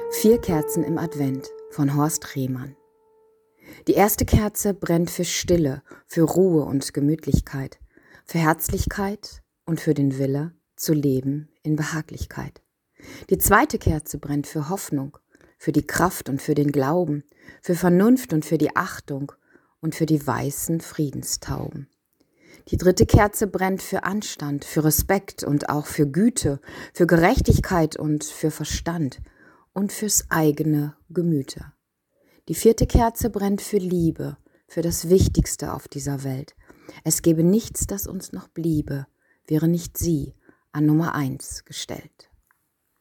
4 Kerzen im Advent von Horst Rehmann. Die erste Kerze brennt für Stille, für Ruhe und Gemütlichkeit, für Herzlichkeit und für den Wille zu leben in Behaglichkeit. Die zweite Kerze brennt für Hoffnung, für die Kraft und für den Glauben, für Vernunft und für die Achtung und für die weißen Friedenstauben. Die dritte Kerze brennt für Anstand, für Respekt und auch für Güte, für Gerechtigkeit und für Verstand und fürs eigene Gemüte. Die vierte Kerze brennt für Liebe, für das Wichtigste auf dieser Welt. Es gäbe nichts, das uns noch bliebe, wäre nicht sie an Nummer 1 gestellt.